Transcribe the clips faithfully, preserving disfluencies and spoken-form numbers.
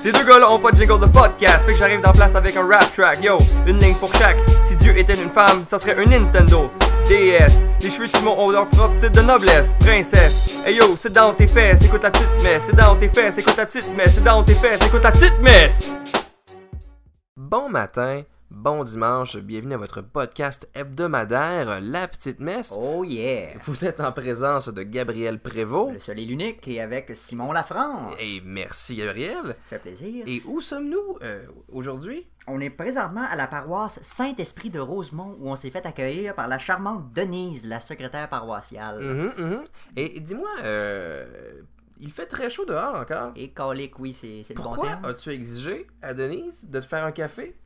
Ces deux gars-là ont pas de jingle de podcast, fait que j'arrive dans place avec un rap track. Yo, une ligne pour chaque. Si Dieu était une femme, ça serait un Nintendo D S. Les cheveux de Simon ont leur propre titre de noblesse. Princesse. Hey yo, c'est dans tes fesses, écoute ta petite messe. C'est dans tes fesses, écoute ta petite messe. C'est dans tes fesses, écoute ta petite messe. Bon matin, bon dimanche, bienvenue à votre podcast hebdomadaire, La Petite Messe. Oh yeah! Vous êtes en présence de Gabriel Prévost. Le seul et l'unique, et avec Simon Lafrance. Et merci Gabriel. Ça fait plaisir. Et où sommes-nous euh, aujourd'hui? On est présentement à la paroisse Saint-Esprit de Rosemont, où on s'est fait accueillir par la charmante Denise, la secrétaire paroissiale. Mm-hmm, mm-hmm. Et dis-moi, euh, il fait très chaud dehors encore. Et calique, oui, c'est, c'est le bon Pourquoi terme. as-tu exigé à Denise de te faire un café?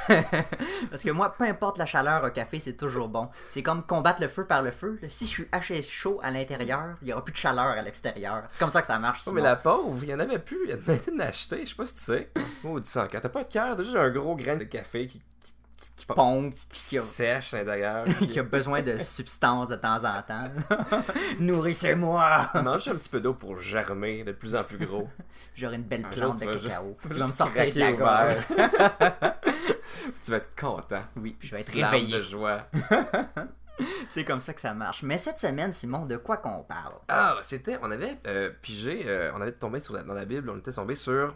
Parce que moi, peu importe la chaleur, un café, c'est toujours bon. C'est comme combattre le feu par le feu. Si je suis assez chaud à l'intérieur, il n'y aura plus de chaleur à l'extérieur. C'est comme ça que ça marche. Oh, mais la pauvre, il y en avait plus. Il y en avait été d'acheter. Je sais pas si tu sais. Maudit sang. Quand t'as pas de cœur, t'as juste un gros grain de café qui, qui, qui, qui pompe, qui sèche à l'intérieur. Qui a besoin de substances de temps en temps. Nourrissez-moi! Mange un petit peu d'eau pour germer de plus en plus gros. J'aurai une belle Un plante jour, de tu vas cacao. juste- tu vas Je vais me juste sortir de craquer la au gorge. Tu vas être content. Oui, puis je vais être Petite larme réveillé. de joie. C'est comme ça que ça marche. Mais cette semaine, Simon, de quoi qu'on parle? Ah, c'était, on avait euh, pigé, euh, on avait tombé sur la- dans la Bible, on était tombé sur,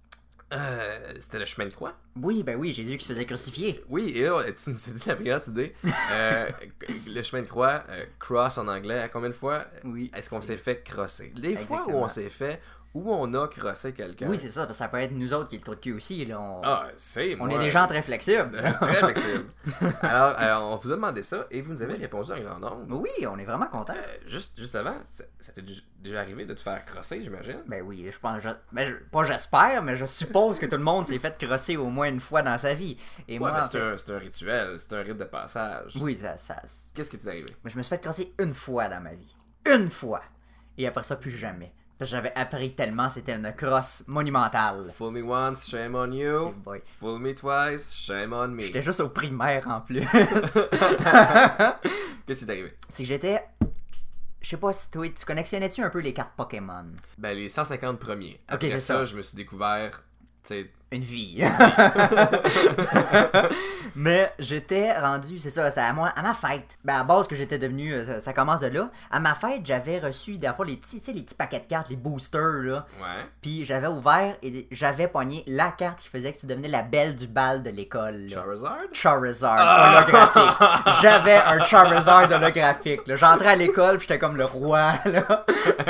euh, c'était le chemin de croix. Oui, ben oui, Jésus qui se faisait crucifier. Oui, et là, tu nous as dit la brillante idée. Euh, le chemin de croix, euh, cross en anglais, à combien de fois Oui. est-ce qu'on c'est- s'est fait crosser? Les fois où Exactement. on s'est fait, où on a crossé quelqu'un. Oui, c'est ça, parce que ça peut être nous autres qui est le trou de cul aussi. Là. On, Ah, c'est on moi. est des gens très flexibles. Très flexible. Alors, alors, on vous a demandé ça et vous nous avez répondu un grand nombre. Oui, on est vraiment contents. Euh, juste, juste avant, ça, ça t'est déjà- déjà arrivé de te faire crosser, j'imagine? Ben oui, je pense, je- ben, je- pas j'espère, mais je suppose que tout le monde s'est fait crosser au moins une fois dans sa vie. Et Ouais, moi, mais en c'est fait- un, c'est un rituel, c'est un rite de passage. oui, ça, ça, Qu'est-ce qui t'est arrivé? mais je me suis fait crosser une fois dans ma vie. Une fois! Et après ça, plus jamais. Parce que j'avais appris tellement, c'était une crosse monumentale. Fool me once, shame on you. Hey boy. Fool me twice, shame on me. J'étais juste au primaire en plus. Qu'est-ce qui t'est arrivé? C'est que j'étais. Je sais pas si toi, tu collectionnais-tu un peu les cartes Pokémon? Ben, les cent cinquante premiers. Après c'est ça, ça. je me suis découvert, tu sais, Une vie. Mais j'étais rendu, c'est ça, c'était à, moi, à ma fête. Ben à la base que j'étais devenu, euh, ça, ça commence de là. À ma fête, j'avais reçu des fois les petits, tu sais, les petits paquets de cartes, les boosters, là. ouais. Puis j'avais ouvert et j'avais pogné la carte qui faisait que tu devenais la belle du bal de l'école. là. Charizard? Charizard, holographique. J'avais un Charizard holographique. là. J'entrais à l'école, puis j'étais comme le roi, là.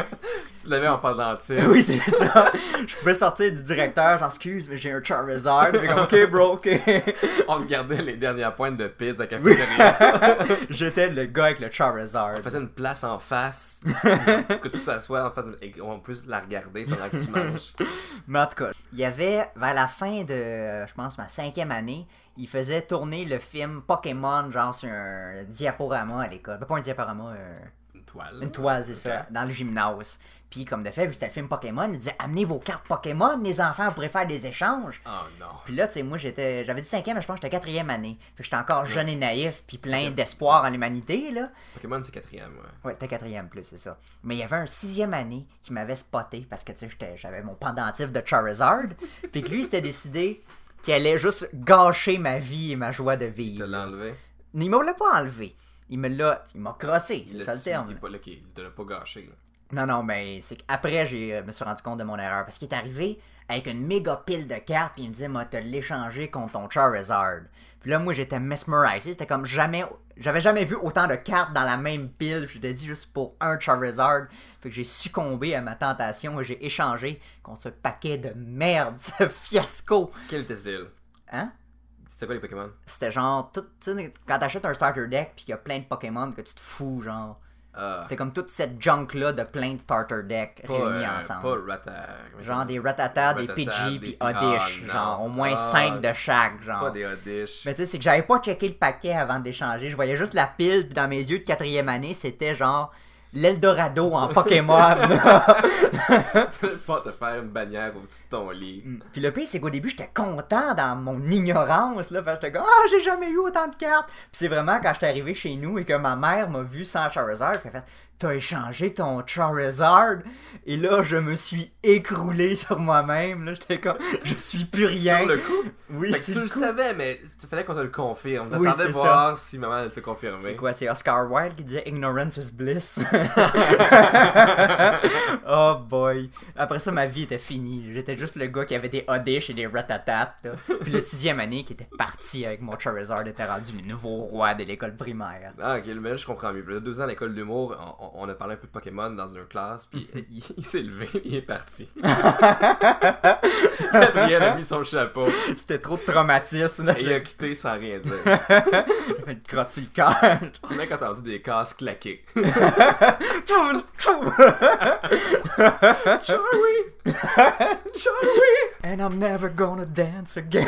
Tu l'avais en pendentif. Oui, c'est ça. Je pouvais sortir du directeur, j'en excuse, mais j'ai un Charizard. Puis comme, ok, bro, ok. On regardait les dernières pointes de pizza à cafétéria. J'étais le gars avec le Charizard. On faisait une place en face pour que tu s'assoies en face et qu'on puisse la regarder pendant que tu manges. Mais en tout cas, il y avait, vers la fin de, euh, je pense, ma cinquième année, il faisait tourner le film Pokémon, genre sur un diaporama à l'école. Ben, pas un diaporama, un... Une toile. Une toile, c'est Ok. ça, dans le gymnase. Puis comme de fait, vu que c'était le film Pokémon, il disait « Amenez vos cartes Pokémon, les enfants, vous pourrez faire des échanges. » Oh non. Puis là, tu sais, moi, j'étais, j'avais dit cinquième, mais je pense que j'étais quatrième année. Fait que j'étais encore jeune et naïf, puis plein d'espoir en l'humanité, là. Pokémon, c'est quatrième, ouais. Ouais, c'était quatrième plus, c'est ça. Mais il y avait un sixième année qui m'avait spoté, parce que, tu sais, j'étais- j'avais mon pendentif de Charizard. Puis que lui, il s'était décidé qu'il allait juste gâcher ma vie et ma joie de Il vivre. te l'a enlevé. Il me l'a pas enlevé. Il me l'a, il m'a crossé, c'est Il ça l'a le terme. Il, est pas, là, il te l'a pas gâché. Là. Non, non, mais c'est qu'après, je me suis rendu compte de mon erreur. Parce qu'il est arrivé avec une méga pile de cartes, puis il me disait, moi, te l'échanger contre ton Charizard. Puis là, moi, j'étais mesmerized. C'était comme jamais. J'avais jamais vu autant de cartes dans la même pile. Je t'ai dit juste pour un Charizard. Fait que j'ai succombé à ma tentation et j'ai échangé contre ce paquet de merde, ce fiasco. Quel était-il? Hein? C'était quoi les Pokémon? C'était genre, tout, tu sais, quand t'achètes un starter deck, puis qu'il y a plein de Pokémon que tu te fous, genre. Ah, C'était comme toute cette junk-là de plein de starter decks pas, réunis euh, ensemble. Pas Rata. comment Genre ça des Ratata, des Ratata, Pidgey, des puis Pi- Oddish. Ah, genre non. au moins Ah, cinq de chaque, genre. Pas des Oddish. Mais tu sais, c'est que j'avais pas checké le paquet avant de l'échanger. Je voyais juste la pile, puis dans mes yeux de quatrième année, c'était genre l'Eldorado en Pokémon. Tu vas pouvoir te faire une bannière au-dessus de ton lit. Puis le pire, c'est qu'au début, j'étais content dans mon ignorance, là, parce que j'étais comme, ah, j'ai jamais eu autant de cartes. Puis c'est vraiment quand j'étais arrivé chez nous et que ma mère m'a vu sans Charizard, puis elle a fait, t'as échangé ton Charizard? Et là, je me suis écroulé sur moi-même. Là, j'étais comme, je suis plus rien. Sur le coup? Oui, fait que c'est tu le le coup. savais, mais il fallait qu'on te le confirme. Oui, T'attendais c'est de voir si maman elle te confirmait. C'est quoi, c'est Oscar Wilde qui disait « Ignorance is bliss ». Oh boy. Après ça, ma vie était finie. J'étais juste le gars qui avait des Oddish et des Ratatat. là. Puis le sixième année qui était parti avec mon Charizard était rendu le nouveau roi de l'école primaire. Ah, ok, mais là, je comprends mieux. Là, deux ans à l'école d'humour, on, on a parlé un peu de Pokémon dans une classe, puis il, il s'est levé, il est parti. Gabriel a mis son chapeau, C'était trop de traumatisme. Là. et il a quitté sans rien dire. J'ai fait une crotte sur le cœur. Le mec a entendu des casses claquer. Charlie! Charlie! And I'm never gonna dance again.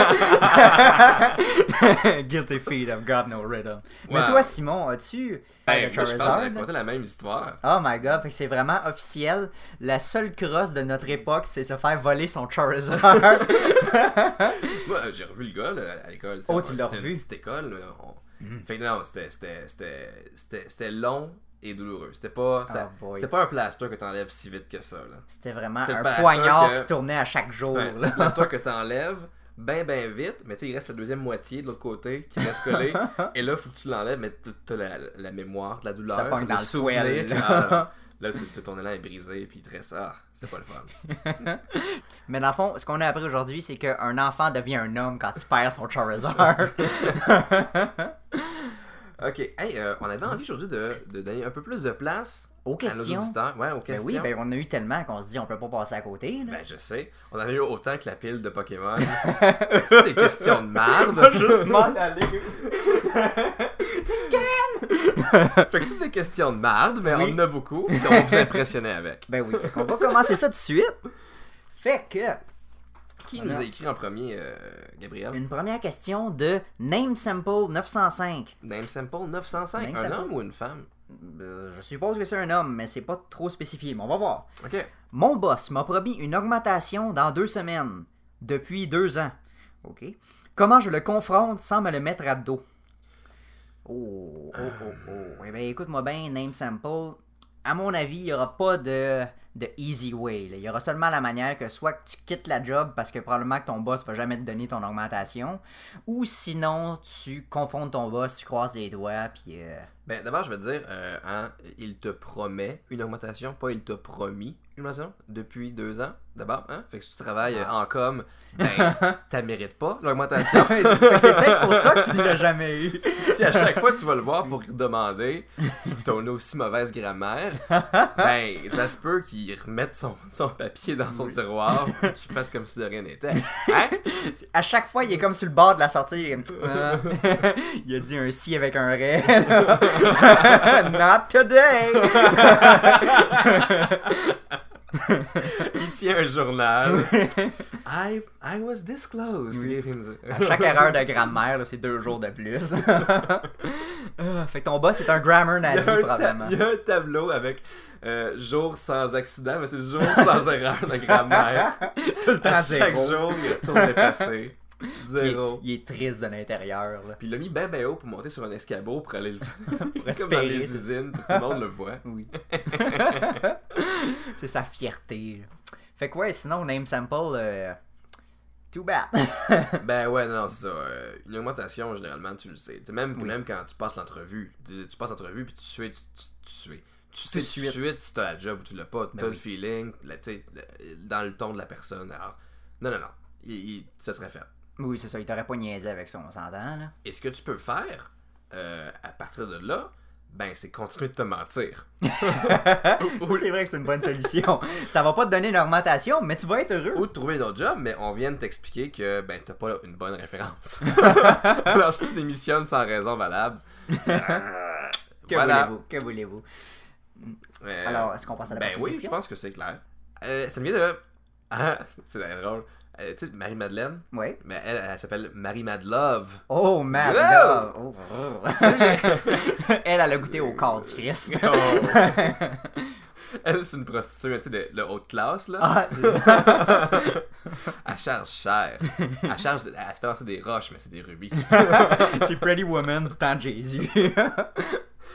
Guilty feet, I've got no rhythm. Mais Wow. toi, Simon, as-tu Ben, le moi, je pense qu'on Charizard? a raconté la même histoire. Oh my god, fait que c'est vraiment officiel. La seule crosse de notre époque, c'est se faire voler son Charizard. Moi, j'ai revu le gars là, à l'école. Oh, on- tu l'as c'était revu? une petite école. Là, on... Fait que non, c'était, c'était, c'était, c'était, c'était long et douloureux. C'était pas, ça, Oh boy. c'était pas un plaster que t'enlèves si vite que ça. Là. C'était vraiment C'est le un pasteur poignard que- qui tournait à chaque jour. Ouais, là. c'est un plaster que t'enlèves ben ben vite, mais tu sais, il reste la deuxième moitié de l'autre côté qui reste collée. Et là, faut que tu l'enlèves, mais t'as la, la mémoire de la douleur. Ça pogne dans le souvenir swell, que, là. ah, là, t- ton élan est brisé, puis il te reste ça. Ah, c'est pas le fun. Mais dans le fond, ce qu'on a appris aujourd'hui, c'est qu'un enfant devient un homme quand il perd son Charizard. Ok, hey, euh, on avait envie aujourd'hui de, de donner un peu plus de place Aux à nos questions. auditeurs. Ouais, aux Ben questions. oui, ben on a eu tellement qu'on se dit on peut pas passer à côté. Là. Ben, je sais. On en a eu autant que la pile de Pokémon. C'est des questions de merde. juste m'en aller. Fait que c'est des questions de merde, mais Oui. on en a beaucoup. Et on vous impressionnait avec. Ben oui, fait qu'on va commencer ça tout de suite. Fait que, Qui Voilà. nous a écrit en premier, euh, Gabriel? une première question de NameSample neuf cent cinq. Name Sample neuf cent cinq. Name un Sample. homme ou une femme? Euh, je suppose que c'est un homme, mais c'est pas trop spécifié, mais on va voir. Ok. Mon boss m'a promis une augmentation dans deux semaines, depuis deux ans. Ok. Comment je le confronte sans me le mettre à dos? Oh, oh, oh, oh. Eh bien, écoute-moi bien, NameSample. À mon avis, il n'y aura pas de, de easy way. Là. Il y aura seulement la manière que soit que tu quittes la job parce que probablement que ton boss va jamais te donner ton augmentation, ou sinon tu confonds ton boss, tu croises les doigts, puis... Euh... Ben, d'abord, je veux dire, euh, hein, il te promet une augmentation, pas il t'a promis une augmentation depuis deux ans, d'abord, hein? Fait que si tu travailles euh, en com, ben, t'as mérites pas l'augmentation. c'est c'est peut-être pour ça que tu l'as jamais eu. Si à chaque fois tu vas le voir pour lui demander, tu ton aussi mauvaise grammaire, ben, ça se peut qu'il remette son, son papier dans son tiroir et qu'il fasse comme si de rien n'était. Hein? À chaque fois, il est comme sur le bord de la sortie. Il, est comme, Euh, il a dit un si avec un ré. Not today. Il tient un journal. I, I was disclosed. Oui. Et il me dit- À chaque erreur de grammaire, là, c'est deux jours de plus. Ah, fait que ton boss est un grammar Il y, a nazi, un ta- probablement. il y a un tableau avec euh, jour sans accident, mais c'est jour sans erreur de grammaire. Tout le temps À chaque zéro. jour, il y a tour effacé. Il est, Zéro. il est triste de l'intérieur. Là. Puis il l'a mis ben ben haut pour monter sur un escabeau pour aller le faire. Comme dans espérer, les c'est ça. usines, pour que tout le monde le voit. Oui. C'est sa fierté. là. Fait que ouais, sinon, NameSample, euh, too bad. Ben ouais, non, c'est ça. Euh, une augmentation, généralement, tu le sais. T'sais, même, Oui. même quand tu passes l'entrevue, tu, tu passes l'entrevue puis tu suis, tu, tu, tu suis. Tu sais Tout de tout de suite. suite si t'as la job ou tu l'as pas. T'as Ben le oui. feeling, la, t'sais, le- dans le ton de la personne. Alors, non, non, non. Il, il- ça serait fait. Oui, c'est ça, il t'aurait pas niaisé avec ça, on s'entend, là. Et ce que tu peux faire, euh, à partir de là, ben, c'est continuer de te mentir. Ça, c'est vrai que c'est une bonne solution. Ça va pas te donner une augmentation, mais tu vas être heureux. Ou de trouver un autre job, mais on vient de t'expliquer que ben t'as pas une bonne référence. Alors si tu démissionnes sans raison valable. euh, Que voilà. voulez-vous? Que voulez-vous? Euh, Alors, est-ce qu'on passe à la ben prochaine oui, question? je pense que c'est clair. Euh, ça vient de. Ah, c'est très drôle. Euh, tu sais, Marie-Madeleine, Oui. mais elle, elle s'appelle Marie-Madlove. Oh, man! Wow! là. Oh, oh. elle, elle a goûté au corps du Christ. Oh. Elle, c'est une prostituée, tu sais, de, de haute classe, là. Ah, c'est ça. Elle charge cher. Elle charge, de, elle se fait lancer des roches, mais c'est des rubis. C'est Pretty Woman du temps de Jésus.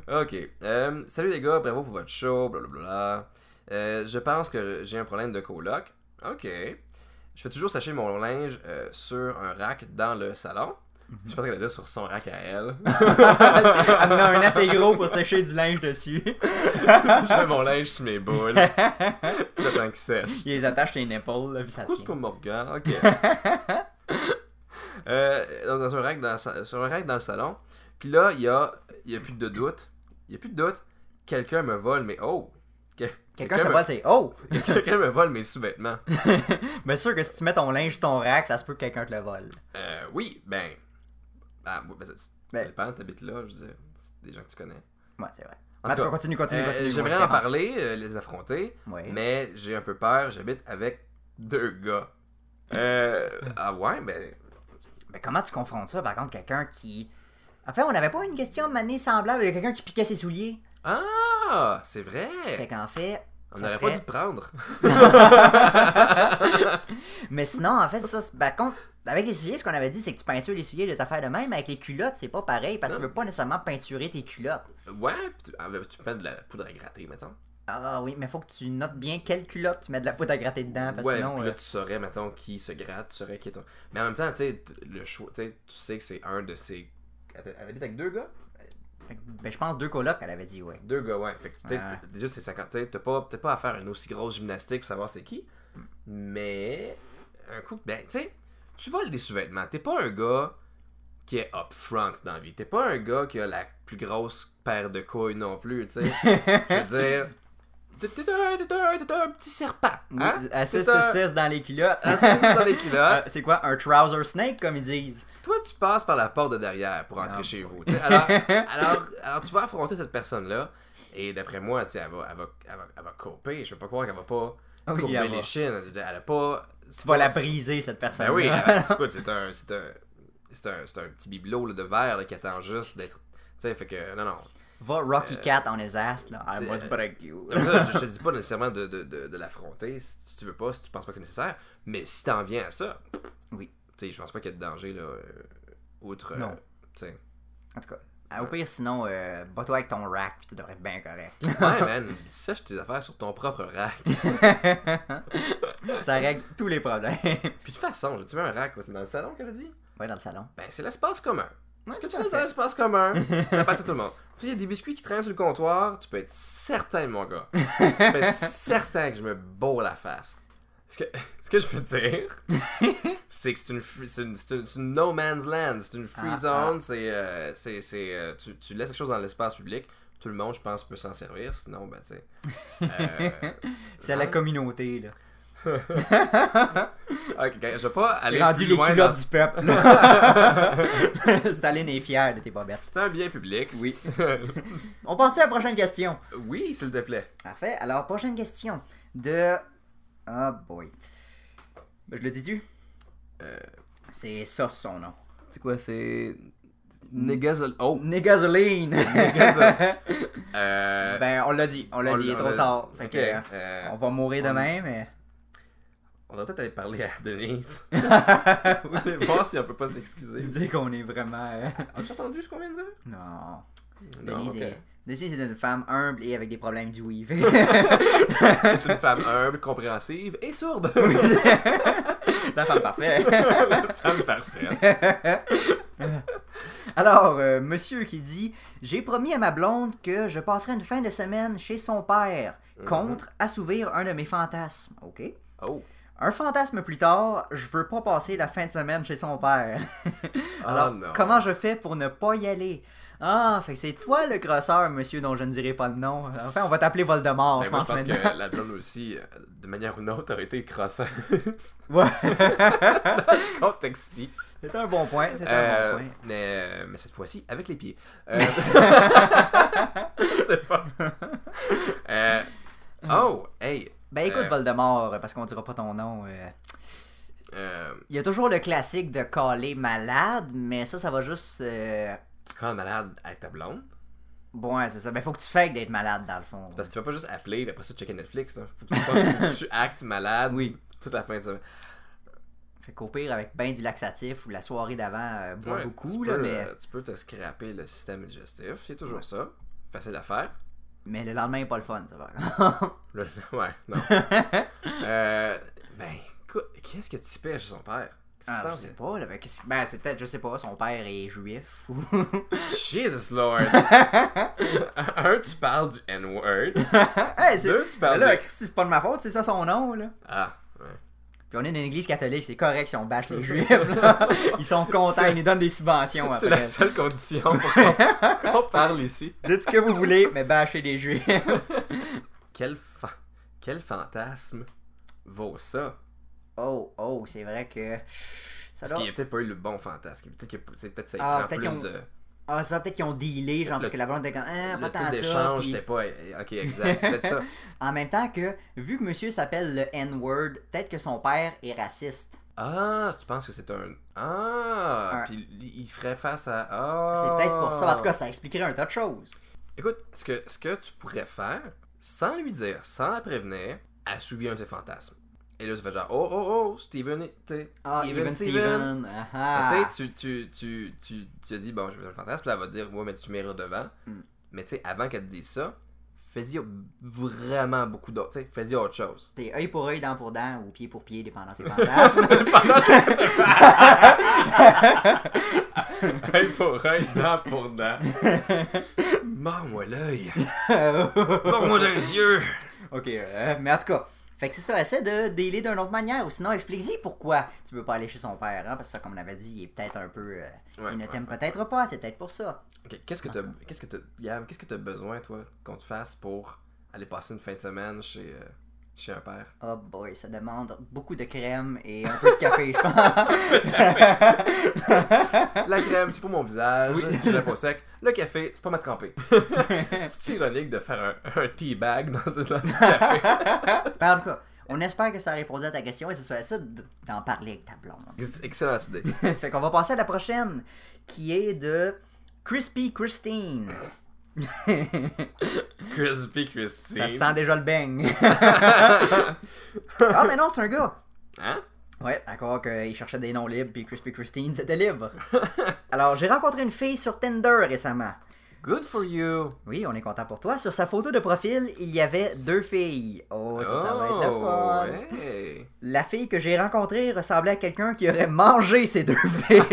Ok. Euh, salut les gars, bravo pour votre show, blablabla. Euh, je pense que j'ai un problème de coloc. Ok. Je fais toujours sécher mon linge euh, sur un rack dans le salon. Mm-hmm. Je pense qu'elle a dit sur son rack à elle. Elle en a un assez gros pour sécher du linge dessus. Je mets mon linge sur mes boules. J'attends qu'il sèche. Il les attache sur les épaules, là, puis ça Pourquoi tient. c'est pas Morgan? Ok. euh, dans un rack dans, sur un rack dans le salon. Puis là, il y a, il y a plus de doute. Il y a plus de doute. Quelqu'un me vole mes... Oh! Que- Quelqu'un se me... vole, c'est oh! Quelqu'un me vole mes sous-vêtements. Mais sûr que si tu mets ton linge sur ton rack, ça se peut que quelqu'un te le vole. Euh, oui, ben... Ah, ben, ça, ça Ben- dépend, t'habites là, je veux dire, c'est des gens que tu connais. Ouais, c'est vrai. En En tout tout cas, cas, continue, continue, Euh, continue. J'aimerais moi, je en t'attends. parler, euh, les affronter, Oui. mais j'ai un peu peur, j'habite avec deux gars. Euh, ah ouais, ben... Mais comment tu confrontes ça, par contre, quelqu'un qui... En fait, on n'avait pas une question de manière semblable de quelqu'un qui piquait ses souliers. Ah, c'est vrai! Fait qu'en fait... On ça n'aurait serait- pas dû te prendre. Mais sinon, en fait, ça, c'est- par contre, avec les souliers, ce qu'on avait dit, c'est que tu peintures les souliers, les affaires de même. Avec les culottes, c'est pas pareil, parce que tu Non. veux pas nécessairement peinturer tes culottes. Ouais, pis tu, ah, ben, tu mets de la poudre à gratter, mettons. Ah oui, mais faut que tu notes bien quelle culotte tu mets de la poudre à gratter dedans, parce que Ouais, sinon... pis là, euh, tu saurais, mettons, qui se gratte, tu saurais qui est ton... Mais en même temps, tu sais, t- le choix, tu sais, tu sais que c'est un de ces... Elle elle habite avec deux gars? Ben, je pense deux colocs, elle avait dit, ouais. Deux gars, ouais. Fait que, tu sais, Ouais. t- déjà, c'est cinquante. Tu sais, t'as pas, peut-être pas à faire une aussi grosse gymnastique pour savoir c'est qui. Mais, un coup, ben, tu sais, tu voles des sous-vêtements. T'es pas un gars qui est upfront dans la vie. T'es pas un gars qui a la plus grosse paire de couilles non plus, tu sais. Je veux dire, t'es t'es un, t'es un, t'es un petit serpent. Hein? À six T'es sur un- six dans les culottes. à six dans les Euh, culottes. c'est quoi, un trouser snake, comme ils disent? Toi, tu passes par la porte de derrière pour entrer Ah, chez bon. vous. tu sais. Alors, alors, alors, tu vas affronter cette personne-là. Et d'après moi, tu sais, elle va, elle va, elle va, elle va couper. Je peux pas croire qu'elle va pas Oui, courber elle va. les chines. Elle a pas. Tu vas la briser, cette personne. Ben oui, elle- écoute, c'est un, c'est un, c'est un, c'est un petit bibelot là, de verre là, qui attend juste d'être. Tu sais, fait que non, non. Va Rocky Cat on his ass, là. I t'sais, must euh, break you. Comme ça, je, je te dis pas nécessairement de, de, de, de l'affronter si tu veux pas, si tu penses pas que c'est nécessaire. Mais si t'en viens à ça, Oui. tu sais, je pense pas qu'il y ait de danger là, euh, outre. Non. euh, tu sais. En tout cas, au pire, sinon, euh, bats-toi avec ton rack, puis tu devrais être bien correct. Ouais, man, sèche tes affaires sur ton propre rack. Ça règle tous les problèmes. Puis de toute façon, tu mets un rack, quoi, c'est dans le salon qu'elle a dit? Ouais, dans le salon. Ben, c'est l'espace commun. Ouais, Ce que tout tu à fais fait. dans l'espace commun, ça passe à tout le monde. Tu sais, il y a des biscuits qui traînent sur le comptoir, tu peux être certain, mon gars. Tu peux être certain que je me bourre la face. Ce que, ce que je peux te dire, c'est que c'est une, free- c'est une, c'est une, c'est une no man's land, c'est une free Ah, zone, c'est, euh, c'est, c'est, euh, tu, tu laisses quelque chose dans l'espace public, tout le monde, je pense, peut s'en servir, sinon, ben, tu sais. euh, C'est à la hein? communauté, là. Ok, je vais pas aller C'est rendu plus les loin culottes dans- du peuple. là. Staline est fier de tes bobettes. C'est un bien public. Oui. On passe à la prochaine question. Oui, s'il te plaît. Parfait. Alors, prochaine question. De... Oh boy. Ben, je le dis-tu? Euh, C'est ça, son nom. c'est quoi, c'est... Négazol... Oh! Négazoline. Négazol- Euh... Ben, on l'a dit. On l'a on dit, il est l'a- trop on l'a- tard. Fait ok, que, euh, euh, on va mourir on- demain, mais... On va peut-être aller parler à Denise. Aller voir si on peut pas s'excuser. Dire qu'on est vraiment... euh, As-tu entendu ce qu'on vient de dire? Non. Non, Denise, ok. est... Denise est une femme humble et avec des problèmes du weave. C'est une femme humble, compréhensive et sourde. La femme parfaite. Femme parfaite. Alors, euh, monsieur qui dit « J'ai promis à ma blonde que je passerai une fin de semaine chez son père contre assouvir un de mes fantasmes. » OK. Oh. Un fantasme plus tard, je veux pas passer la fin de semaine chez son père. Alors, Oh non. comment je fais pour ne pas y aller? Ah, fait que c'est toi le crosseur, monsieur dont je ne dirai pas le nom. Enfin, on va t'appeler Voldemort, Ben, je moi, pense je pense maintenant. que la blonde aussi, euh, de manière ou d'une autre, aurait été crosseuse. Ouais. Contexte-ci. C'est un bon point, c'est Euh, un bon point. mais, mais cette fois-ci, avec les pieds. Euh, je sais pas. Euh, oh, hey. Ben écoute, euh, Voldemort, parce qu'on dira pas ton nom. euh, Euh, Il y a toujours le classique de caler malade, mais ça, ça va juste... euh, tu calmes malade avec ta blonde? Bon, ouais, c'est ça. Ben faut que tu fakes d'être malade, dans le fond. Parce que tu vas pas juste appeler et après ça checker Netflix. Hein. Faut que tu, sois- faut que tu actes malade Oui. toute la fin de semaine. Fait qu'au pire, avec ben du laxatif ou la soirée d'avant, euh, bois Ouais, beaucoup, tu là, peux, mais... euh, tu peux te scraper le système digestif. Il y a toujours ça. facile à faire. Mais le lendemain, pas le fun, ça va. Le- ouais, non. euh, ben, écoute, qu'est-ce que tu pêches son père? Qu'est-ce que Ah, tu je penses? sais pas, là. Ben, qu'est-ce- ben, c'est peut-être, je sais pas, son père est juif ou. Jesus Lord! Un, tu parles du N-word. Hey, c'est... Deux, tu Ben parles là, de... Christy, c'est pas de ma faute, c'est ça son nom, là. Ah, ouais. Puis on est dans une église catholique, c'est correct si on bâche les juifs, là. Ils sont contents, ils nous donnent des subventions C'est après. la seule condition pour qu'on, qu'on parle ici. Dites ce que vous voulez, mais bâchez les juifs. Quel, fa... Quel fantasme vaut ça? Oh, oh, c'est vrai que. Ça Parce doit... qu'il n'y a peut-être pas eu le bon fantasme. Peut-être que c'est peut-être ça Ah, prend peut-être plus qu'ils ont- de... Ah, ça, peut-être qu'ils ont dealé, genre, Le- parce que la blonde était comme, ah, Le pas taux tant ça. d'échange, puis- c'était pas... Ok, exact. Peut-être ça. En même temps que, vu que monsieur s'appelle le N-word, peut-être que son père est raciste. Ah, tu penses que c'est un... Ah, Un- puis il ferait face à... Ah. C'est peut-être pour ça. En tout cas, ça expliquerait un tas de choses. Écoute, ce que, ce que tu pourrais faire, sans lui dire, sans la prévenir, assouvir un de ses fantasmes. Et là, tu fais genre, oh, oh, oh, Steven, t'es... Ah, Even Steven. Ah, ah. Mais tu sais, tu, tu, tu, tu, tu as dit, bon, je vais faire le fantasme, puis elle va te dire, ouais, mais tu m'iras devant. Mm. Mais tu sais, avant qu'elle te dise ça, fais-y vraiment beaucoup d'autres, tu sais, fais-y autre chose. C'est œil pour œil, dent pour dent, ou pied pour pied, dépendant ses fantasmes. Œil pour œil, dent pour dent. Mords-moi l'œil. Mords-moi dans les yeux. Ok, euh, mais en tout cas, fait que c'est ça, essaie de dealer d'une autre manière, ou sinon explique-y pourquoi tu veux pas aller chez son père, hein, parce que ça, comme on avait dit, il est peut-être un peu... euh, Ouais, il ne ouais, t'aime ouais. peut-être pas, c'est peut-être pour ça. Ok, qu'est-ce que t'as, qu'est-ce que t'as, Gab, qu'est-ce que t'as besoin, toi, qu'on te fasse pour aller passer une fin de semaine chez, euh, chez un père? Oh boy, ça demande beaucoup de crème et un peu de café, je pense. La crème, c'est pour mon visage, Oui. c'est la peau sec. Le café, c'est pas ma trempée. C'est ironique de faire un, un tea bag dans, dans du café. Ben, en tout cas, on espère que ça a répondu à ta question et c'est ça, essaie d- d'en parler avec ta blonde. Excellente idée. Fait qu'on va passer à la prochaine, qui est de Crispy Christine. Crispy Christine. Ça sent déjà le bang. Ah, mais non, c'est un gars. Hein? Ouais, d'accord qu'il cherchait des noms libres, puis Crispy Christine, c'était libre. Alors, j'ai rencontré une fille sur Tinder récemment. Good for you. Oui, on est content pour toi. Sur sa photo de profil, il y avait deux filles. Oh, ça, ça va être le fun. Oh, hey. La fille que j'ai rencontrée ressemblait à quelqu'un qui aurait mangé ces deux filles.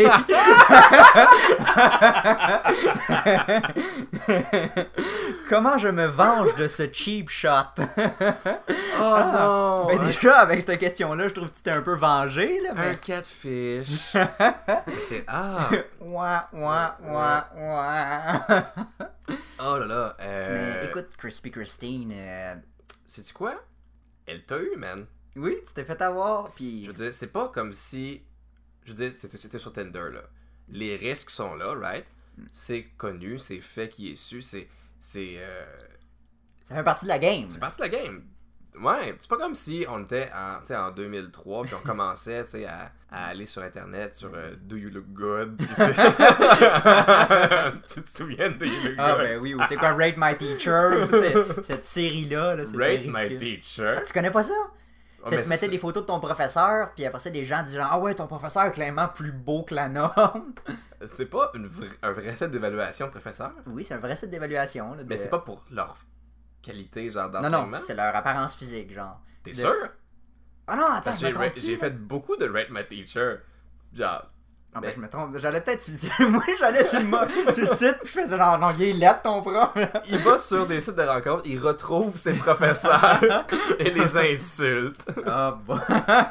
Comment je me venge de ce cheap shot? Oh non. Ben un, déjà, avec cette question-là, je trouve que tu t'es un peu vengé, là. un Mais... catfish. Mais c'est... Ah. Ouah, ouah, ouah, ouah. Oh là là. Euh... Mais écoute, Crispy Christine, euh, Sais-tu quoi? Elle t'a eu, man. oui, tu t'es fait avoir, puis... Je veux dire, c'est pas comme si... Je veux dire, c'était, c'était sur Tinder, là. Les risques sont là, right? C'est connu, c'est fait qui est su, c'est... C'est... Euh... Ça fait partie de la game. C'est parti de la game. Ouais, c'est pas comme si on était en, tu sais, en deux mille trois puis on commençait tu sais, à, à aller sur internet sur euh, Do You Look Good. Puis c'est... tu te souviens de Do You Look Ah Good? ben oui, ou c'est quoi Rate My Teacher, tu sais, cette série-là, là, c'était Rate My ridicule. Teacher. Ah, tu connais pas ça? Ouais, Tu sais, mais tu mettais c'est- des photos de ton professeur, puis après ça, des gens disaient genre, ah ouais, ton professeur est clairement plus beau que la norme. C'est pas une vra- un vrai set d'évaluation de professeur, Oui, c'est un vrai site d'évaluation. Là, de- mais c'est pas pour leur qualité, genre Non, d'enseignement. non, c'est leur apparence physique, genre. T'es de- sûr? Ah non, attends, Parce je que me j'ai, ra- trompe. j'ai fait beaucoup de Rate My Teacher. Genre, Ah ben, mais- je me trompe. J'allais peut-être sur le site. Moi, j'allais sur le, mo- sur le site, puis je faisais genre, non, il est laid ton prof. il va sur des sites de rencontres, il retrouve ses professeurs et les insulte. Ah bon.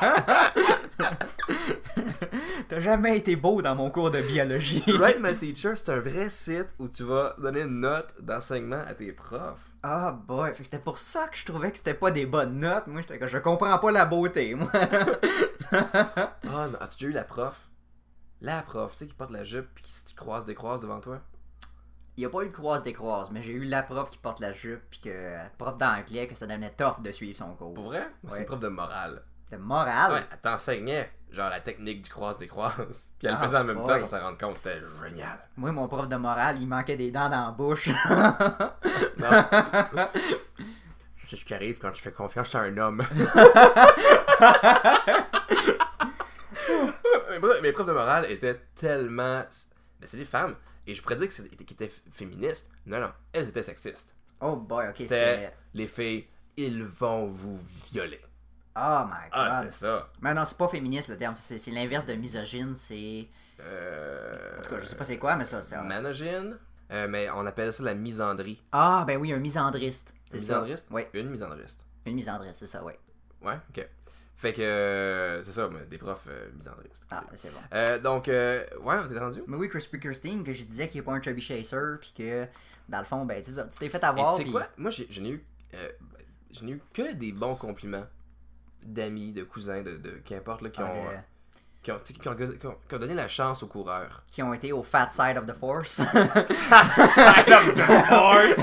T'as jamais été beau dans mon cours de biologie. Rate My Teacher, c'est un vrai site où tu vas donner une note d'enseignement à tes profs. Ah boy, fait que c'était pour ça que je trouvais que c'était pas des bonnes notes. Moi, j'étais comme, je comprends pas la beauté, moi. Ah non, as-tu déjà eu la prof? La prof, tu sais, qui porte la jupe puis qui croise des croises devant toi? Il y a pas eu le croise des croises, mais j'ai eu la prof qui porte la jupe, puis que prof d'anglais, que ça devenait tough de suivre son cours. Pour vrai? Moi, c'est Ouais. une prof de morale. De morale. Ouais, elle t'enseignait, genre, la technique du croise des croises. Puis elle le Ah, faisait en même boy. temps sans s'en rendre compte. C'était génial. Moi, mon prof de morale, il manquait des dents dans la bouche. Non. C'est ce qui arrive quand tu fais confiance à un homme. Mes profs de morale étaient tellement... Ben, c'est des femmes. Et je pourrais dire que c'était, qu'ils étaient féministes. Non, non, elles étaient sexistes. Oh boy, ok, C'était, c'était... les filles, ils vont vous violer. Oh my god. Ah, c'était ça. Mais non, c'est pas féministe le terme, c'est, c'est l'inverse de misogyne, c'est... Euh... En tout cas, je sais pas c'est quoi, mais ça, c'est... Manogyne. Euh, mais on appelle ça la misandrie. Ah, ben oui, un misandriste. C'est Misandriste? ça. Oui, Une misandriste. une misandriste, c'est ça, oui. Ouais, ok. Fait que, euh, c'est ça, mais des profs euh, misandristes. Ah, ben c'est bon. Euh, donc, euh, ouais, on t'est rendu? Mais oui, Crispy Christine, que je disais qu'il est pas un chubby chaser, puis que, dans le fond, ben, tu sais ça, tu t'es fait Et avoir, c'est puis- quoi? Moi, j'ai, je n'ai eu, euh, je n'ai eu que des bons compliments d'amis, de cousins, de, de qu'importe, là, qui, Ah, ont, de- euh, qui, ont, tu sais, qui, ont, qui, ont, qui ont donné la chance aux coureurs. qui ont été au fat side of the force. Side of the force!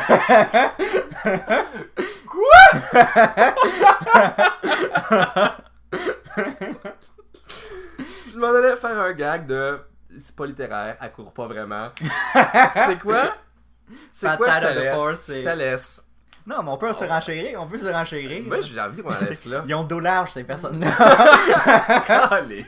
Je m'en allais faire un gag de c'est pas littéraire, elle court pas vraiment. C'est quoi? C'est Fat quoi, side je te of the laisse. force, c'est- Je te laisse. Non, mais on peut se renchérir, on peut se renchérir. Moi, j'ai envie qu'on la laisse là. Ils ont le dos large, ces personnes-là. Calisse.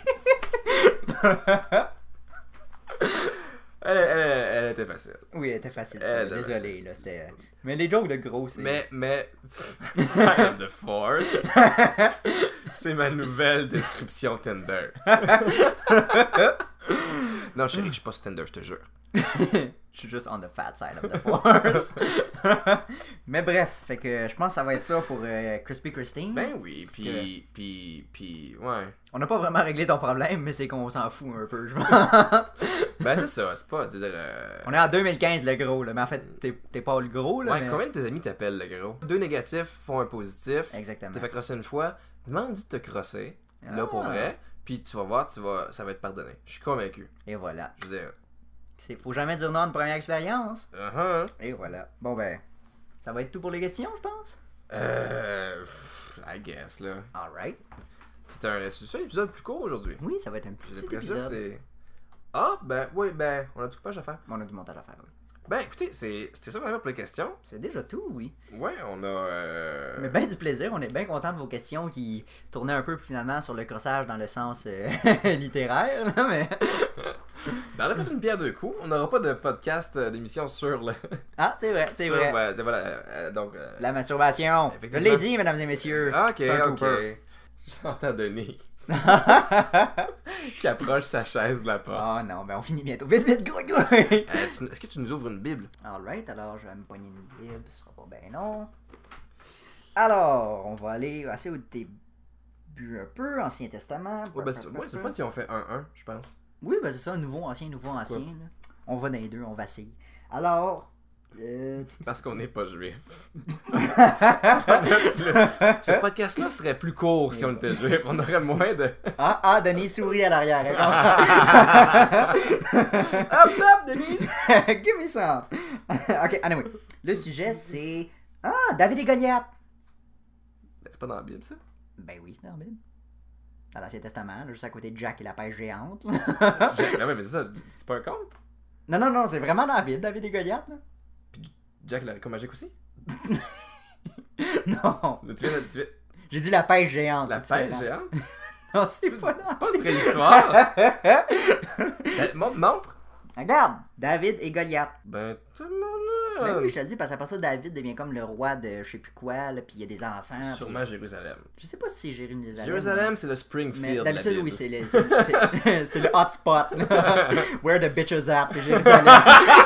elle, elle, elle était facile. Oui, elle était facile, Eh, ça. j'avais Désolé, là, c'était... Mais les jokes de gros, c'est... Mais, mais, Side of the Force, c'est ma nouvelle description Tinder. Non, chérie, je suis pas sur Tinder, je te jure. Je suis juste on the fat side of the force. Mais bref, fait que je pense que ça va être ça pour euh, Crispy Christine. Ben oui, puis, puis, puis, ouais. On n'a pas vraiment réglé ton problème, mais c'est qu'on s'en fout un peu, je pense. Ben c'est ça, c'est pas, tu veux dire... euh, On est en deux mille quinze, le gros, là. Mais en fait, t'es, t'es pas le gros, là. Ouais, mais... combien de tes amis t'appellent, le gros? Deux négatifs font un positif. Exactement. T'es fait crosser une fois, demande-y de te crosser, là Ah. pour vrai, puis tu vas voir, tu vas, ça va être pardonné. Je suis convaincu. Et voilà. Je veux dire... C'est... Faut jamais dire non à une première expérience. Uh-huh. Et voilà. Bon ben, ça va être tout pour les questions, je pense. Euh... pff, I guess, là. Alright. C'est un, c'est ça, un épisode plus court aujourd'hui. Oui, ça va être un J'ai petit l'impression que épisode. c'est... Ah, ben, oui, ben, on a tout page à faire. On a du montage à faire, oui. Ben, écoutez, c'est, c'était ça vraiment pour les questions. C'est déjà tout, oui. Ouais, on a... Euh... Mais ben du plaisir, on est bien content de vos questions qui tournaient un peu finalement sur le crossage dans le sens euh, littéraire, là, mais... Ben, on a fait une pierre deux coups. On n'aura pas de podcast euh, d'émission sur le... Ah, c'est vrai, c'est sur, vrai. ben, c'est- voilà, euh, donc... euh, La masturbation. Je Effectivement. l'ai dit, mesdames et messieurs. Ah, ok, C'est un ok. trooper. J'entends Denise qui approche sa chaise de la porte. Oh non, ben on finit bientôt. Vite, vite, go, go! Euh, tu- est-ce que tu nous ouvres une Bible? Alright, alors je vais me pogner une bible, ce sera pas bien long. Alors, on va aller assez au début un peu, Ancien Testament. Ouais, ben, c'est, ouais, c'est le fun si on fait un un, je pense. Oui, ben c'est ça, nouveau, ancien, nouveau, ancien. Là. On va dans les deux, on vacille. Alors, euh... Parce qu'on n'est pas juif. On a plus- Ce podcast-là serait plus court si on était juif. On aurait moins de... ah, ah, Denis sourit à l'arrière. Hop, hop, Denise! Give me some. Ok, anyway. Le sujet, c'est... Ah, David et Goliath. Ben, c'est pas dans la Bible, ça? Ben oui, c'est dans la Bible. Dans l'Ancien Testament, là, juste à côté de Jack et la pêche géante. là. Jack, ah ouais, mais c'est ça, c'est pas un conte? non, non, non, c'est vraiment dans la Bible, David et Goliath. Là. Jack, la comme magique aussi? non, Tu viens de... Tu viens... j'ai dit la pêche géante. La c'est pêche différent. géante? Non, c'est C'est pas dans... c'est pas une préhistoire! Ben, montre, montre! Regarde, David et Goliath. Ben, tout le Ben monde... oui, je te le dis, parce qu'après ça, David devient comme le roi de je sais plus quoi, là, puis il y a des enfants. Sûrement Jérusalem. Puis... Je sais pas si c'est Jérusalem. Jérusalem, c'est le Mais Springfield de la d'habitude, Bible. oui, c'est le, c'est, c'est, c'est le hotspot. là. Where the bitches at, c'est Jérusalem.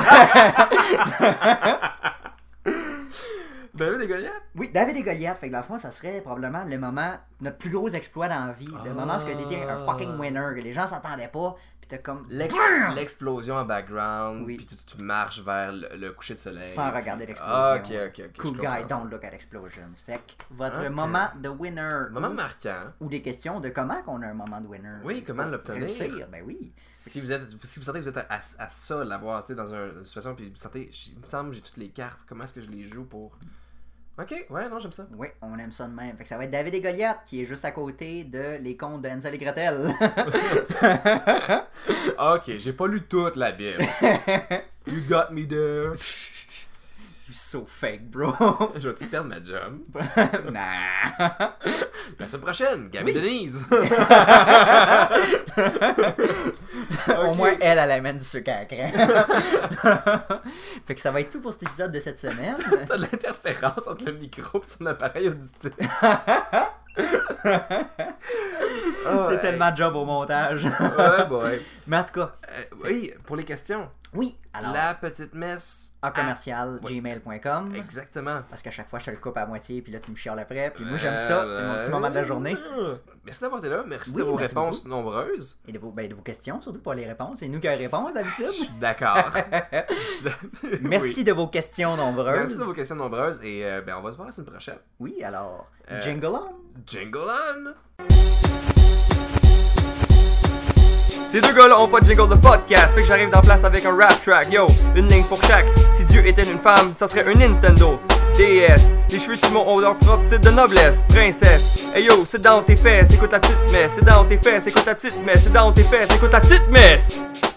David et Goliath? Oui, David et Goliath, fait que dans le fond, ça serait probablement le moment, notre plus gros exploit dans la vie. Le Ah. moment où tu étais un fucking winner, que les gens s'attendaient pas, pis t'as comme. L'ex- L'explosion en background, Oui. puis tu, tu marches vers le, le coucher de soleil. Sans regarder l'explosion. Ah, ok, ok, ok. Cool je guy, comprends ça. don't look at explosions. Fait que votre Ok. moment de winner. Moment ou, marquant. ou des questions de comment qu'on a un moment de winner. Oui, comment Pour l'obtenir. réussir, ben oui. Si vous, êtes, si vous sentez que vous êtes à, à, à ça, l'avoir, tu sais, dans un- une situation, puis vous sentez, il me semble, j'ai toutes les cartes, comment est-ce que je les joue pour... Ok, ouais, non, j'aime ça. Oui, on aime ça de même. Fait que ça va être David et Goliath qui est juste à côté de les contes de Hansel et Gretel. Ok, j'ai pas lu toute la Bible. You got me there. suis so fake, bro. Je vais-tu perdre ma job? Nah. La semaine prochaine, Gabi Oui. Denise. Au moins, elle, elle amène du sucre à la crème. Fait que ça va être tout pour cet épisode de cette semaine. T'as de l'interférence entre le micro et son appareil auditif. Oh, C'est hey. tellement job au montage. Ouais, boy. Mais en tout cas, Euh, oui, pour les questions. oui, alors, La petite messe. a commercial Oui. gmail point com. Exactement. Parce qu'à chaque fois, je te le coupe à moitié, puis là, tu me chiales après. Puis moi, j'aime ça. C'est mon petit moment de la journée. Merci d'avoir été là. Merci Oui, de vos merci réponses nombreuses. Et de vos, ben, de vos questions, surtout pas les réponses. C'est nous qui répondons d'habitude. Je suis d'accord. Je- Merci Oui. de vos questions nombreuses. Merci de vos questions nombreuses. Et euh, ben, on va se voir la semaine prochaine. Oui, alors, Euh, jingle on. Jingle on! Ces deux gars-là ont pas de jingle de podcast, fait que j'arrive dans la place avec un rap track. Yo, une ligne pour chaque. Si Dieu était une femme, ça serait un Nintendo. D S, les cheveux du monde ont leur propre titre de noblesse. Princesse, hey yo, c'est dans tes fesses, écoute ta petite messe. C'est dans tes fesses, écoute ta petite messe. C'est dans tes fesses, écoute ta petite messe.